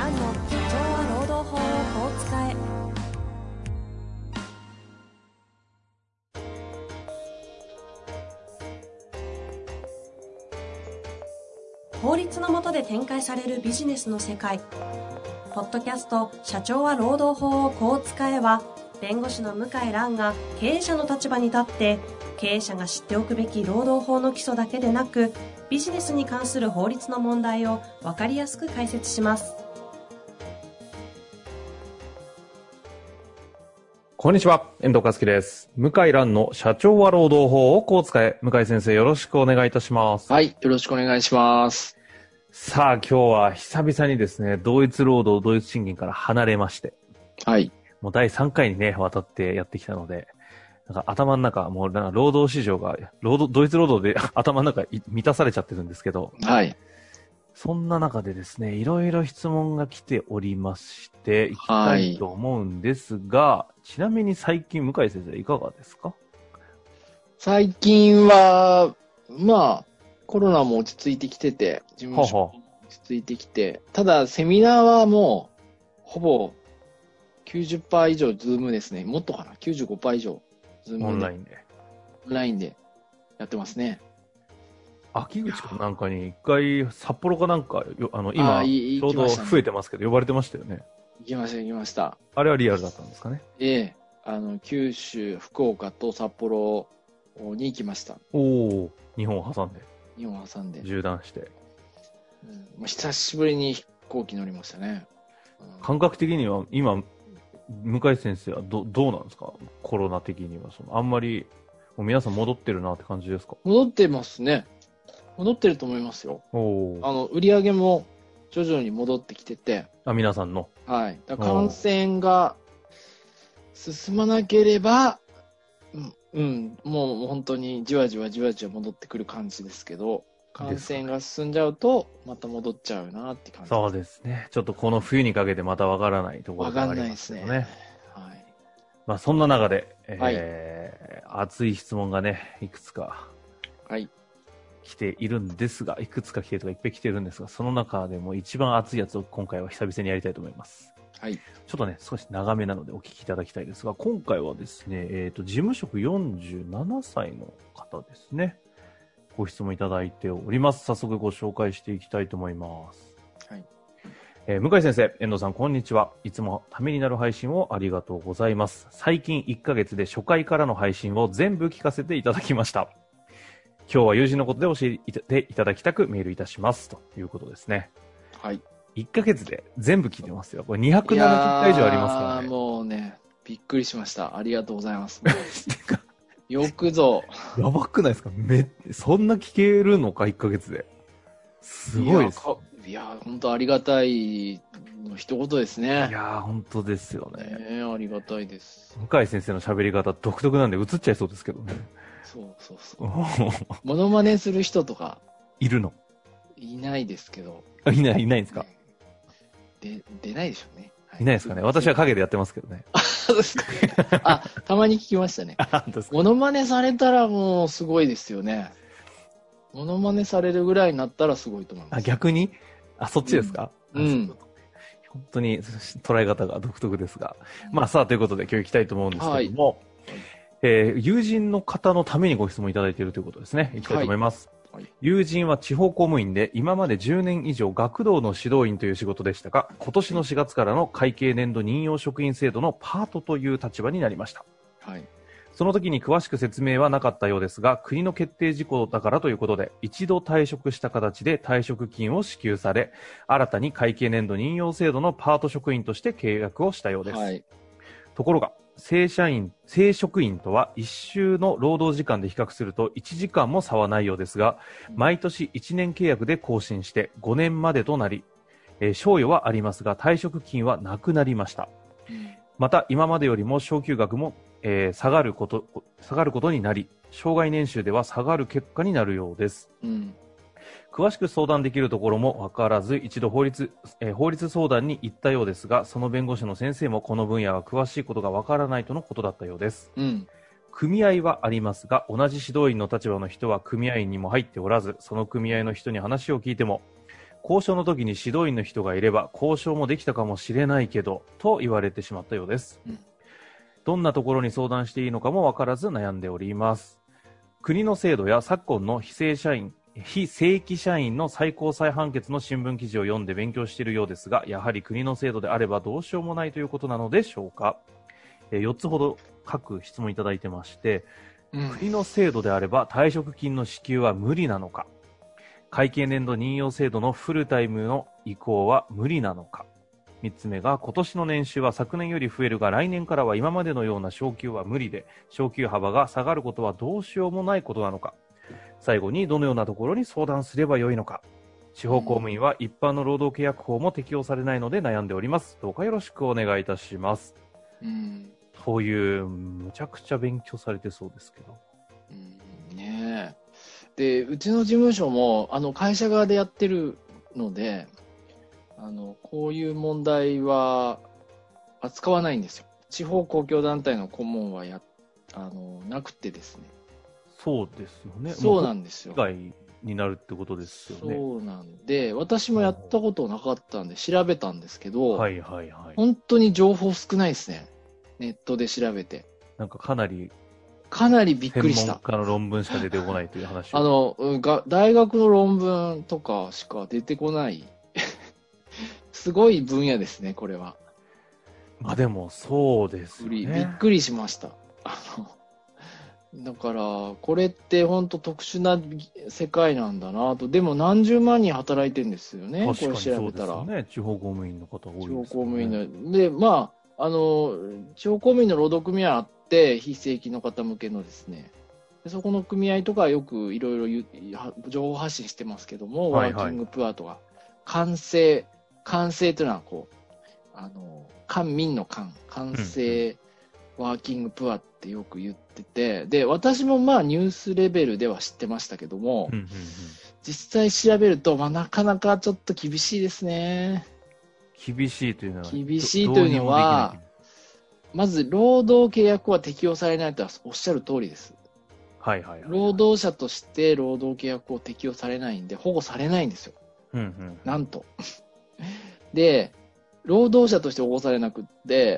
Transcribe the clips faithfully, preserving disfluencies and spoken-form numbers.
蘭の社長は労働法をこう使え。法律の下で展開されるビジネスの世界。ポッドキャスト社長は労働法をこう使えは、弁護士の向井蘭が経営者の立場に立って経営者が知っておくべき労働法の基礎だけでなく、ビジネスに関する法律の問題を分かりやすく解説します。 こんにちは、遠藤和樹です。向井蘭の社長は労働法をこう使え。向井先生、よろしくお願いいたします。 はい、よろしくお願いします。 さあ、今日は久々にですね、同一労働同一賃金から離れまして、 はい。 もうだいさんかいにね、渡ってやってきたので、なんか頭の中、もうなんか労働市場が、労働、同一労働で頭の中満たされちゃってるんですけど、 はい。 そんな中でですね、いろいろ質問が来ておりまして、いきたいと思うんですが、はい、ちなみに最近、向井先生いかがですか？ 最近は、まあ、コロナも落ち着いてきてて、事務所も落ち着いてきて、ははただセミナーはもう、ほぼきゅうじゅっパーセント以上ズームですね。もっとかな ?きゅうじゅうごパーセント 以上ズームで。 オンラインで。 オンラインでやってますね。 秋口かなんかに一回札幌かなんか、あの、今、ちょうど増えてますけど、呼ばれてましたよね。 行きました、行きました。 あれはリアルだったんですかね。 ええ。あの、九州、福岡と札幌に行きました。 おお、日本を挟んで。 日本を挟んで。 縦断して。 うん、もう久しぶりに飛行機乗りましたね。 うん、感覚的には、今、向井先生はど、どうなんですか？コロナ的には。そのあんまり、もう皆さん戻ってるなって感じですか？ 戻ってますね。戻ってると思いますよ。 おあの、売り上げも徐々に戻ってきてて。 あ、皆さんの。 はい。だから感染が進まなければ、うん、うん、もう本当にじわじわじわじわ戻ってくる感じですけど、感染が進んじゃうと、また戻っちゃうなって感じです。 そうですね。ちょっとこの冬にかけてまたわからないところがありますよね。わかんないですね。はい。まあそんな中で、えーはい、熱い質問がね、いくつか。 はい。 来ているんですが、いくつか来てるとかいっぱい来てるんですが、その中でも一番熱いやつを今回は久々にやりたいと思います。 はい。 ちょっとね、少し長めなのでお聞きいただきたいですが、今回はですね、えっと、事務職よんじゅうななさいの方ですね。ご質問いただいております。早速ご紹介していきたいと思います。 はい。 えー、向井先生、遠藤さん、こんにちは。いつもためになる配信をありがとうございます。最近いっかげつで初回からの配信を全部聞かせていただきました。今日は友人のことで教えていただきたくメールいたしますということですね。 はい。 いっかげつで全部聞いてますよ。これにひゃくななじゅっかい以上ありますからね。 もうね、びっくりしました。ありがとうございます。よくぞ。 やばくないですか？め、そんな聞けるのか、いっかげつで。すごいです。 いや、本当ありがたいの一言ですね。 いや、本当ですよね。 ね、ありがたいです。 向井先生の喋り方独特なんで映っちゃいそうですけどね。 そうそうそう。モノマネする人とか。 いるの？ いないですけど。 いない、いないんですか？ で、出ないでしょうね。 はい、いないですかね。私は陰でやってますけどね。 あ、そうですか。あ、たまに聞きましたね。モノマネされたらもうすごいですよね。モノマネされるぐらいになったらすごいと思います。 あ、逆に？あ、そっちですか？ うん。うん、 本当に捉え方が独特ですが。まあさあ、ということで今日行きたいと思うんですけども、はい、えー、友人の方のためにご質問いただいているということですね。行きたいと思います。はい、友人は地方公務員で今までじゅうねん以上学童の指導員という仕事でしたが、今年のしがつからの会計年度任用職員制度のパートという立場になりました。はい、その時に詳しく説明はなかったようですが、国の決定事項だからということで一度退職した形で退職金を支給され、新たに会計年度任用制度のパート職員として契約をしたようです。はい、ところが正社員、正職員とはいっ週の労働時間で比較するといちじかんも差はないようですが、毎年いちねん契約で更新してごねんまでとなり、えー、賞与はありますが退職金はなくなりました。うん、また今までよりも昇給額も、えー、下がること、下がることになり、生涯年収では下がる結果になるようです。うん、詳しく相談できるところも分からず、一度法律、えー、法律相談に行ったようですが、その弁護士の先生もこの分野は詳しいことが分からないとのことだったようです。うん、組合はありますが、同じ指導員の立場の人は組合員にも入っておらず、その組合の人に話を聞いても、 交渉の時に指導員の人がいれば交渉もできたかもしれないけどと言われてしまったようです、うん、どんなところに相談していいのかも分からず悩んでおります。国の制度や昨今の非正社員非正規社員の最高裁判決の新聞記事を読んで勉強しているようですが、やはり国の制度であればどうしようもないということなのでしょうか。えー、よっつほど各質問いただいてまして、うん、国の制度であれば退職金の支給は無理なのか、会計年度任用制度のフルタイムの移行は無理なのか、みっつめが今年の年収は昨年より増えるが来年からは今までのような昇給は無理で昇給幅が下がることはどうしようもないことなのか、最後にどのようなところに相談すればよいのか、地方公務員は一般の労働契約法も適用されないので悩んでおります。どうかよろしくお願いいたします。うん、というむちゃくちゃ勉強されてそうですけど、 うん、ねえ。で、うちの事務所もあの会社側でやってるので、あのこういう問題は扱わないんですよ。地方公共団体の顧問はやあのなくてですね。 そうですよね。 そうなんですよ。 被害になるってことですよね。 そうなんで、私もやったことなかったんで調べたんですけど、 はいはいはい。 本当に情報少ないですね。ネットで調べて。 なんかかなりかなりびっくりした。 専門家の論文しか出てこないという話を。 あのが、大学の論文とかしか出てこない。すごい分野ですね、これは。 まあでも、そうですよね。 びっくりしました。あの、だから、これって本当特殊な世界なんだなと。でも何十万人働いてるんですよね、これ調べたら。 確かにそうですよね。地方公務員の方多いですよね。 地方公務員の。で、まあ、あの、地方公務員の労働組合あって、非正規の方向けのですね、そこの組合とかよくいろいろ情報発信してますけども、はいはい、ワーキングプアとか、官制、官制というのはこう、あの、官民の官、官制ワーキングプアってよく言ってて、うん、で、私もまあニュースレベルでは知ってましたけども、うんうんうん、実際調べると、まあなかなかちょっと厳しいですね。 厳しいというのは厳しいというのは、まず労働契約は適用されないとはおっしゃる通りです。 はいはいはいはい、 労働者として労働契約を適用されないんで、保護されないんですよ。 うんうん、 なんと。で、労働者として保護されなくって、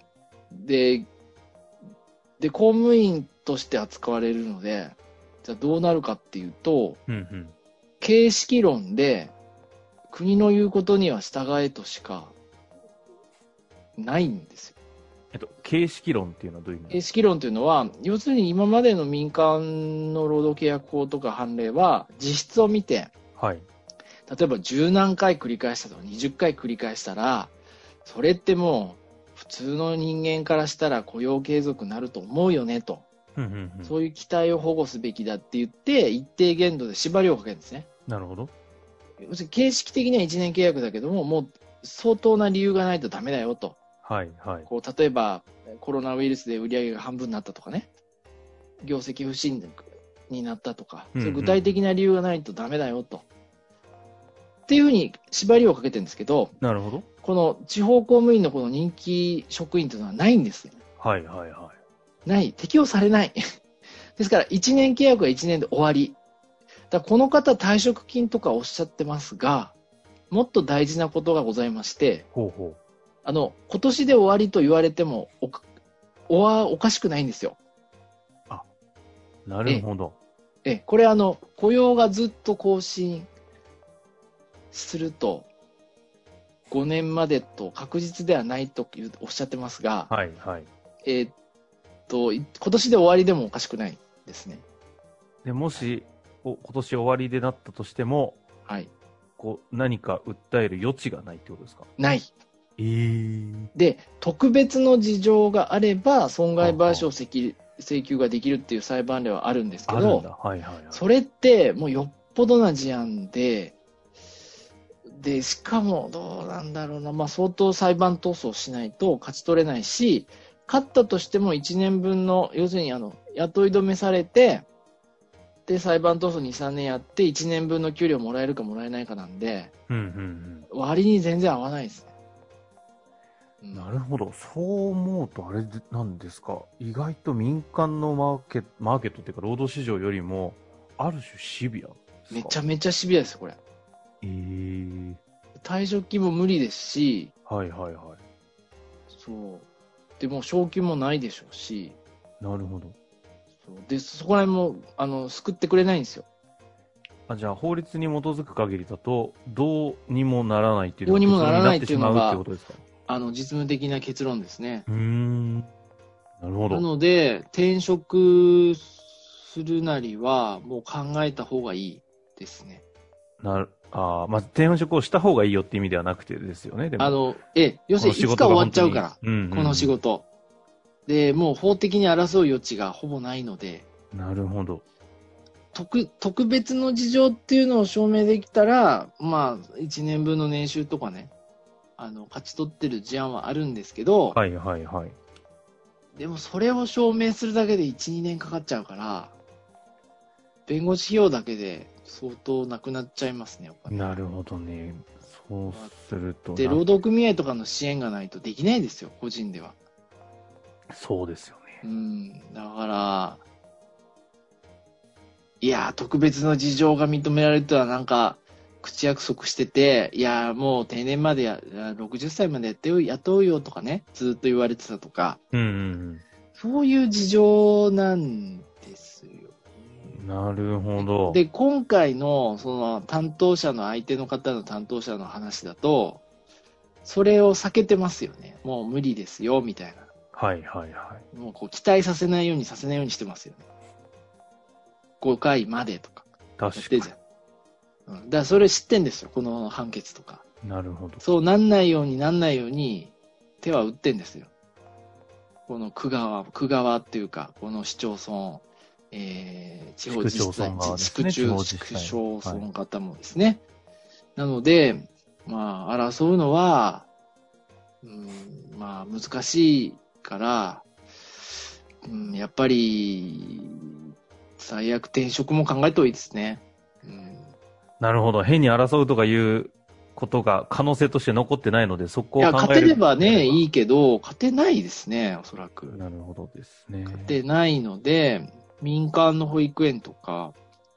で、で、公務員として扱われるので、じゃあどうなるかっていうと、 うんうん、 形式論で国の言うことには従えとしかないんですよ。 えっと、形式論っていうのはどういう意味形式論というのは、要するに今までの民間の労働契約法とか判例は、実質を見て、 はい、 例えば十何回繰り返したとか、にじゅっかい繰り返したら、それってもう、普通の人間からしたら雇用継続になると思うよねと、 うんうんうん、 そういう期待を保護すべきだって言って、一定限度で縛りをかけるんですね。 なるほど。 要するに形式的にはいちねん契約だけども、もう相当な理由がないとダメだよと。 はいはい、 こう例えばコロナウイルスで売り上げが半分になったとかね、業績不振になったとか、うんうん、そういう具体的な理由がないとダメだよと。っていうふうに縛りをかけてるんですけど、 なるほど。 この地方公務員のこの任期職員というのはないんですよ。 はいはいはい。 ない。適用されない。ですからいちねん契約はいちねんで終わり。だからこの方退職金とかおっしゃってますが、もっと大事なことがございまして、 ほうほう、 あの、今年で終わりと言われてもおか、おわ、おかしくないんですよ。 あ、なるほど。 え、えこれあの、雇用がずっと更新すると、ごねんまでと確実ではないとおっしゃってますが、 はいはい。 えー、っと、今年で終わりでもおかしくないですね。 で、もし、お今年終わりでなったとしても、 はい。 こう、何か訴える余地がないってことですか？ ない。 えー、 で、特別の事情があれば、損害賠償請請求ができるっていう裁判例はあるんですけど、 はいはいはい、 それってもうよっぽどな事案で、で、しかもどうなんだろうな、まあ相当裁判闘争しないと勝ち取れないし、勝ったとしてもいちねんぶんの、要するにあの、雇い止めされて、で、裁判闘争に、さんねんやって、いちねんぶんの給料もらえるかもらえないかなんで、 うんうんうん、 割に全然合わないですね。 なるほど。そう思うとあれなんですか。意外と民間のマーケット、マーケットっていうか労働市場よりも、ある種シビアですか？ めちゃめちゃシビアです、これ。 えー、 退職金も無理ですし、 はいはいはい。 そう。でも昇給もないでしょうし。 なるほど。 そうで、そこら辺も、あの、救ってくれないんですよ。 あ、じゃあ法律に基づく限りだと、どうにもならないっていうどうにもならないっていうのが、 結論になってしまうってことですか？ あの、実務的な結論ですね。 うーん。なるほど。 なので、転職するなりは、もう考えた方がいいですね。 なる、ああ、まあ、転職をした方がいいよって意味ではなくてですよね、でも。 あの、え、要するにいつか終わっちゃうから、 うんうんうん、 この仕事。で、もう法的に争う余地がほぼないので。 なるほど。 特、特別の事情っていうのを証明できたら、まあ、いちねんぶんの年収とかね、あの、勝ち取ってる事案はあるんですけど、 はいはいはい。 でもそれを証明するだけでいち、にねんかかっちゃうから、弁護士費用だけで相当なくなっちゃいますね、お金。 なるほどね。そうすると。 で、労働組合とかの支援がないとできないですよ、個人では。 そうですよね。 うん、だから、いや、特別の事情が認められるとはなんか、口約束してて、いや、もう定年までや、ろくじゅっさいまでやってよ、雇うよとかね、ずっと言われてたとか、 うんうんうん。 そういう事情なんですよ。 なるほど。 で、今回の、その、担当者の相手の方の担当者の話だと、それを避けてますよね。もう無理ですよ、みたいな。 はいはいはい。 もうこう、期待させないようにさせないようにしてますよね。ごかいまでとか。 確かに。 じゃん。うん。だからそれ知ってんですよ、この判決とか。 なるほど。 そうなんないようになんないように手は打ってんですよ。この区側、区側っていうか、この市町村、えー、地方自治体、市区中、市区町村方もですね。はい、なので、まあ、争うのは、うん、まあ、難しいから、うん、やっぱり、最悪転職も考えた方がいいですね。うん、 なるほど。変に争うとかいうことが可能性として残ってないので、そこを考える。 いや、勝てればね、いいけど、勝てないですね、おそらく。 なるほどですね。 勝てないので、民間の保育園とか、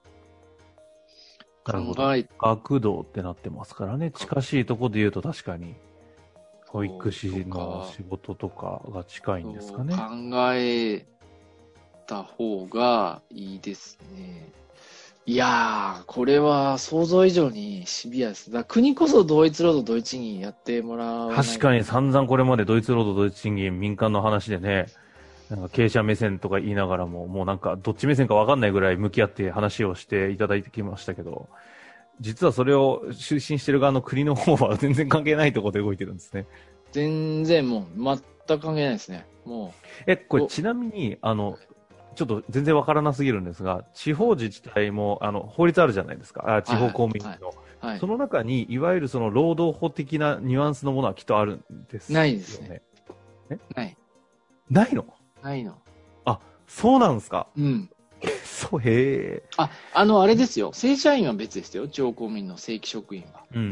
考え、学童ってなってますからね。近しいところで言うと確かに、保育士の仕事とかが近いんですかね。 考えた方がいいですね。いやー、これは想像以上にシビアです。だから国こそ同一労働同一賃金やってもらわない。 確かに散々これまで同一労働同一賃金民間の話でね、なんか経営者目線とか言いながらも、もうなんかどっち目線かわかんないぐらい向き合って話をしていただいてきましたけど、実はそれを推進してる側の国の方は全然関係ないところで動いてるんですね。 全然もう全く関係ないですね。もう。え、これちなみに、あの、ちょっと全然わからなすぎるんですが、地方自治体もあの法律あるじゃないですか。あ、地方公務員の、はいはいはい。その中に、いわゆるその労働法的なニュアンスのものはきっとあるんですよね。 ないですね。 えない。 ないの？ ないの。 あ、そうなんですか。 うん。 そう、へえ。 あ、あの、あれですよ。正社員は別ですよ。地方公務員の正規職員は。 うんうんうん。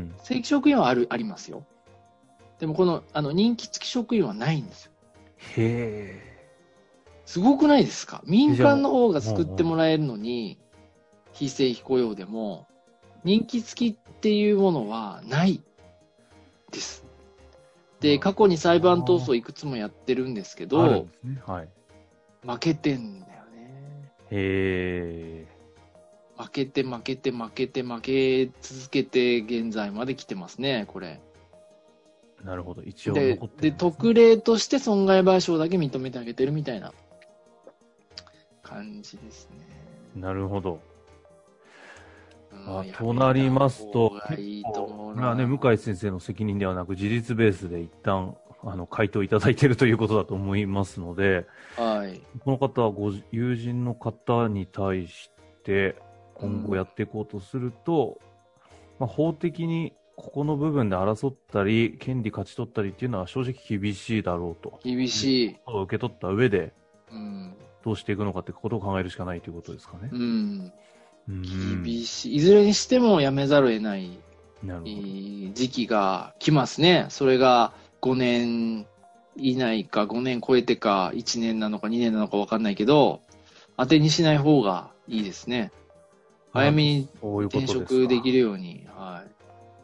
正規職員はある、ありますよ。でもこの、あの、任期付き職員はないんですよ。 へえ。 すごくないですか？民間の方が救ってもらえるのに、非正規雇用でも、任期付きっていうものはないです。で、過去に裁判闘争いくつもやってるんですけど、 あるんですね。はい。 負けてんだよね。 へー。負けて負けて負けて負け続けて現在まで来てますね、これ。 なるほど。一応残ってるんですね。 で、で、特例として損害賠償だけ認めてあげてるみたいな感じですね。 なるほど。あ、となりますと、 いいと思うな。 これはね、向井先生の責任ではなく、事実ベースで一旦、あの、回答いただいているということだと思いますので、 はい。 この方はご友人の方に対して、今後やっていこうとすると、うん、まあ、法的にここの部分で争ったり、権利勝ち取ったりっていうのは正直厳しいだろうと。 厳しい。 を受け取った上で、 うん、 どうしていくのかってことを考えるしかないということですかね。 うん。厳しい。いずれにしてもやめざるを得ない時期が来ますね。それがごねん以内かごねん超えてかいちねんなのかにねんなのか分かんないけど、当てにしない方がいいですね。早めに転職できるように。はい。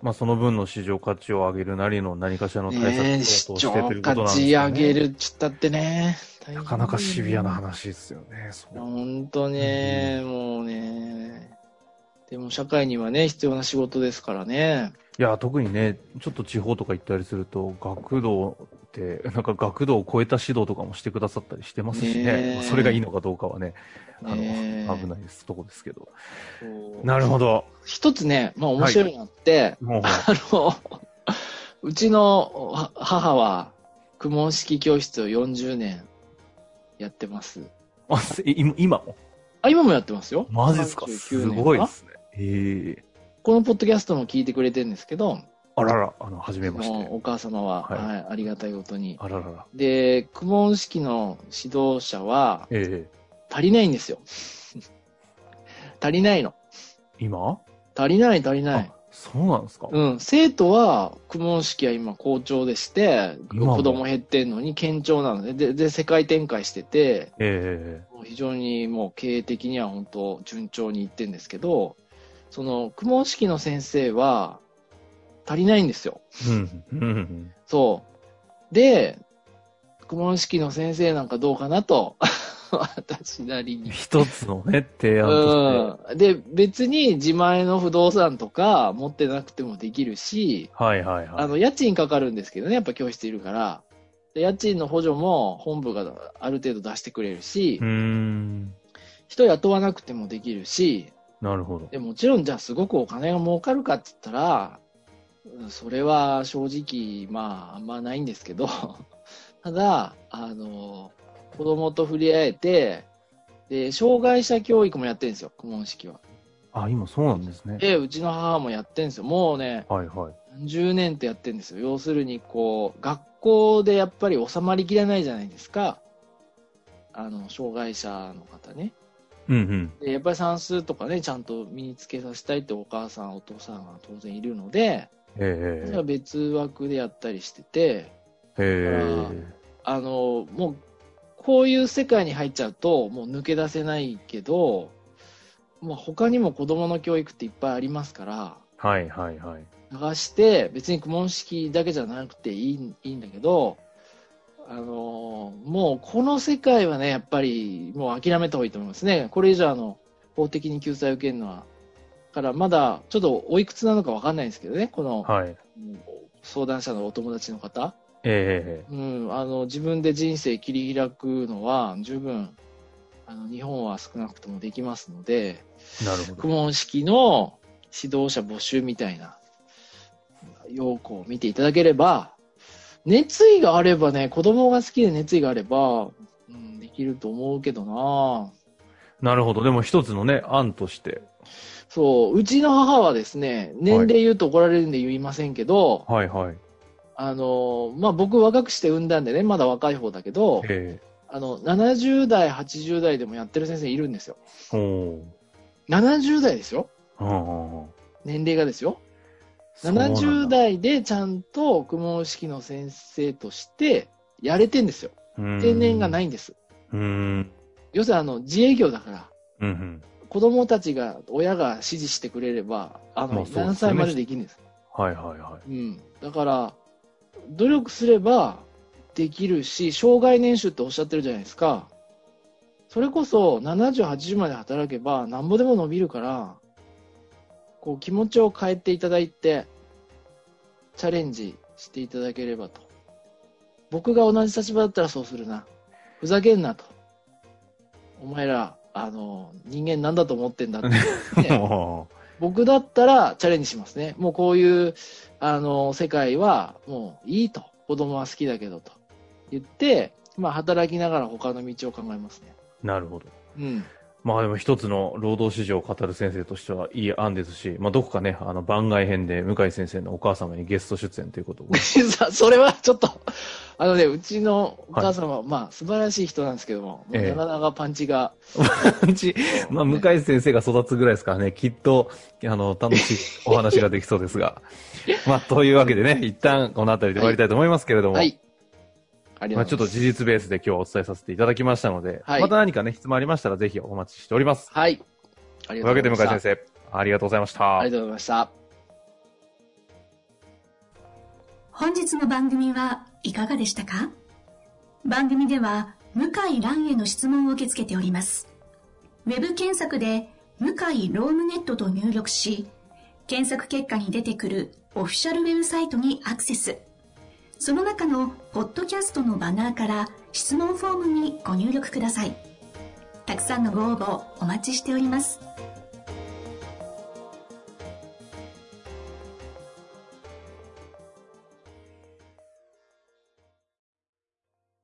まあその分の市場価値を上げるなりの何かしらの対策ねえ、 を市してということ場価値なんですよね。 上げるっちったってね。 なかなかシビアな話ですよね。そいやう。 ほんとね、もうね。でも社会にはね、必要な仕事ですからね。 いや、特にね、ちょっと地方とか行ったりすると、学童って、なんか学童を超えた指導とかもしてくださったりしてますしね。 ねえまあそれがいいのかどうかはね、あの、 ねえ危ないですとこですけど。 そうなるほど。 一つね、まあ面白いのがあって、 もう、 あの、うちのは母は、公文式教室をよんじゅうねんやってます。 あせ今今もあ、今もやってますよ。 マジっすか？ さんじゅうきゅすうねんかなごいですね。へえ。 このポッドキャストも聞いてくれてるんですけど、 あらら、あの、はじめまして。 もうお母様は、 はいはい、ありがたいことに。 あららら。 で、公文式の指導者はええ。 足りないんですよ。足りないの。 今足りない足りないあ。、そうなんですか？ うん。生徒は、公文式は今好調でして、 今も子供減ってんのに堅調なので、で、で世界展開してて、 えもう非常にもう経営的には本当順調にいってんですけど、その、公文式の先生は足りないんですよ。 え。うん。うんうん。 そう。で、公文式の先生なんかどうかなと、私なりに。 一つのね、提案として。 うん。で、別に自前の不動産とか持ってなくてもできるし、 はいはいはい。 あの、家賃かかるんですけどね、やっぱ教室いるから。で家賃の補助も本部がある程度出してくれるしうー、ん。 人雇わなくてもできるし、 なるほど。 でもちろんじゃあすごくお金が儲かるかって言ったら、うんそれは正直、まあ、あんまないんですけど、ただ、あの、子供と触れ合えて、で、障害者教育もやってるんですよ、公文式は。 あ、今そうなんですね。 で、うちの母もやってるんですよ。もうね、 はいはい。 じゅうねんってやってるんですよ。要するに、こう、学校でやっぱり収まりきらないじゃないですか。あの、障害者の方ね。 うんうん。 で、やっぱり算数とかね、ちゃんと身につけさせたいってお母さん、お父さんが当然いるので、 えそれは別枠でやったりしてて、 え。えあの、もう、こういう世界に入っちゃうと、もう抜け出せないけど、まあ、他にも子供の教育っていっぱいありますから、 え。はいはいはい。 探して、別に公文式だけじゃなくていいいいんだけど、あのーもうこの世界はね、やっぱりもう諦めた方がいいと思いますね。これ以上あの、法的に救済を受けるのは。だからまだ、ちょっとおいくつなのかわかんないんですけどね、この、 はい。 うん相談者のお友達の方。 えうん、あの、自分で人生切り開くのは十分、あの、日本は少なくともできますので、 え。なるほ公ど。 文式の指導者募集みたいな要項を見ていただければ、熱意があればね、子供が好きで熱意があれば、うん、できると思うけどななるほど。でも一つのね、案として。 そう、うちの母はですね、年齢言うと怒られるんで言いませんけど、 はいはい。 あの、まあ、僕若くして産んだんでね、まだ若い方だけど、 えあの、ななじゅう代、はちじゅう代でもやってる先生いるんですよ。 え。おー。 ななじゅう代ですよ。 うんうんうん。 年齢がですよ。 そうなんだななじゅう代でちゃんと公文式の先生としてやれてんですよ。定年がないいんです。 うーん。 要するにあの自営業だから、 うんうん。 子供たちが、親が指示してくれれば、あの、 まあそうですよね何歳までできるんです。 はいはいはうん。だから、努力すればできるし、障害年収っておっしゃってるじゃないですか。それこそななじゅう、はちじゅうまで働けばなんぼでも伸びるから、こう気持ちを変えていただいて、チャレンジしていただければと。僕が同じ立場だったらそうするな。ふざけんなと。お前ら、あの、人間なんだと思ってんだって、 い。 ね。 も僕だったらチャレンジしますね。もうこういう、あの、世界はもういいと。子供は好きだけどと言って、まあ働きながら他の道を考えますね。 うなるほど。 うん。 まあでも一つの労働市場を語る先生としてはいい案ですし、まあどこかね、あの番外編で向井先生のお母様にゲスト出演ということを。 さそれはちょっと、あのね、うちのお母様は、まあ素晴らしい人なんですけども、 ええなかなかパンチが、 うち、まあ向井先生が育つぐらいですからね、きっと、あの、楽しいお話ができそうですが。まあというわけでね、一旦この辺りで終わりたいと思いますけれども。 はい。ありまあちょっとがとうございます。 事実ベースで今日はお伝えさせていただきましたので、 はいまた何かね、質問ありましたらぜひお待ちしております。 はい。ありというわけで向井がとうございました。 先生、ありがとうございました。 ありがとうございました。 本日の番組はいかがでしたか？番組では向井蘭への質問を受け付けております。ウェブ検索で向井ロームネットと入力し、検索結果に出てくるオフィシャルウェブサイトにアクセス。その中のポッドキャストのバナーから質問フォームにご入力ください。たくさんのご応募お待ちしております。